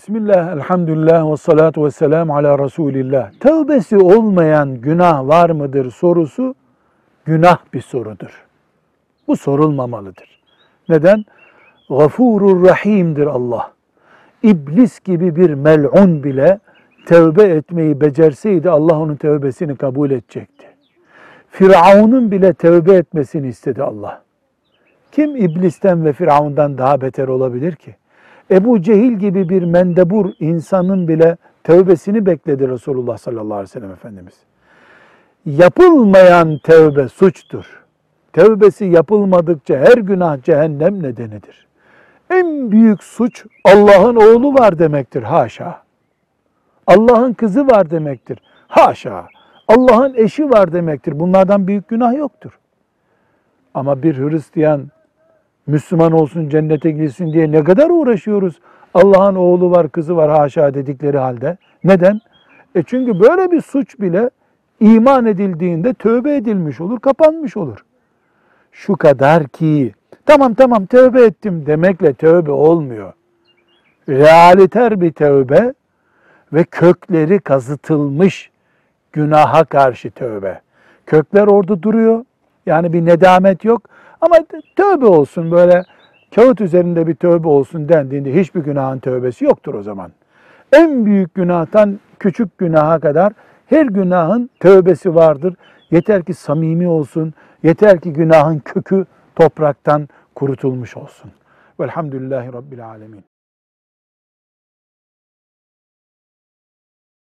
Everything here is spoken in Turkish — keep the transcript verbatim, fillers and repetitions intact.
Bismillah, elhamdülillah ve salatu ve selamu ala Resulillah. Tövbesi olmayan günah var mıdır sorusu günah bir sorudur. Bu sorulmamalıdır. Neden? Gafurur Rahim'dir Allah. İblis gibi bir mel'un bile tövbe etmeyi becerseydi Allah onun tövbesini kabul edecekti. Firavun'un bile tövbe etmesini istedi Allah. Kim İblisten ve Firavun'dan daha beter olabilir ki? Ebu Cehil gibi bir mendebur insanın bile tövbesini bekledi Resulullah sallallahu aleyhi ve sellem Efendimiz. Yapılmayan tövbe suçtur. Tövbesi yapılmadıkça her günah cehennem nedenidir. En büyük suç Allah'ın oğlu var demektir. Haşa. Allah'ın kızı var demektir. Haşa. Allah'ın eşi var demektir. Bunlardan büyük günah yoktur. Ama bir Hristiyan Müslüman olsun, cennete girsin diye ne kadar uğraşıyoruz. Allah'ın oğlu var, kızı var haşa dedikleri halde. Neden? E çünkü böyle bir suç bile iman edildiğinde tövbe edilmiş olur, kapanmış olur. Şu kadar ki tamam tamam tövbe ettim demekle tövbe olmuyor. Realiter bir tövbe ve kökleri kazıtılmış günaha karşı tövbe. Kökler orada duruyor. Yani bir nedamet yok. Ama tövbe olsun, böyle kağıt üzerinde bir tövbe olsun dendiğinde hiçbir günahın tövbesi yoktur o zaman. En büyük günahtan küçük günaha kadar her günahın tövbesi vardır. Yeter ki samimi olsun, yeter ki günahın kökü topraktan kurutulmuş olsun. Velhamdülillahi Rabbil Alemin.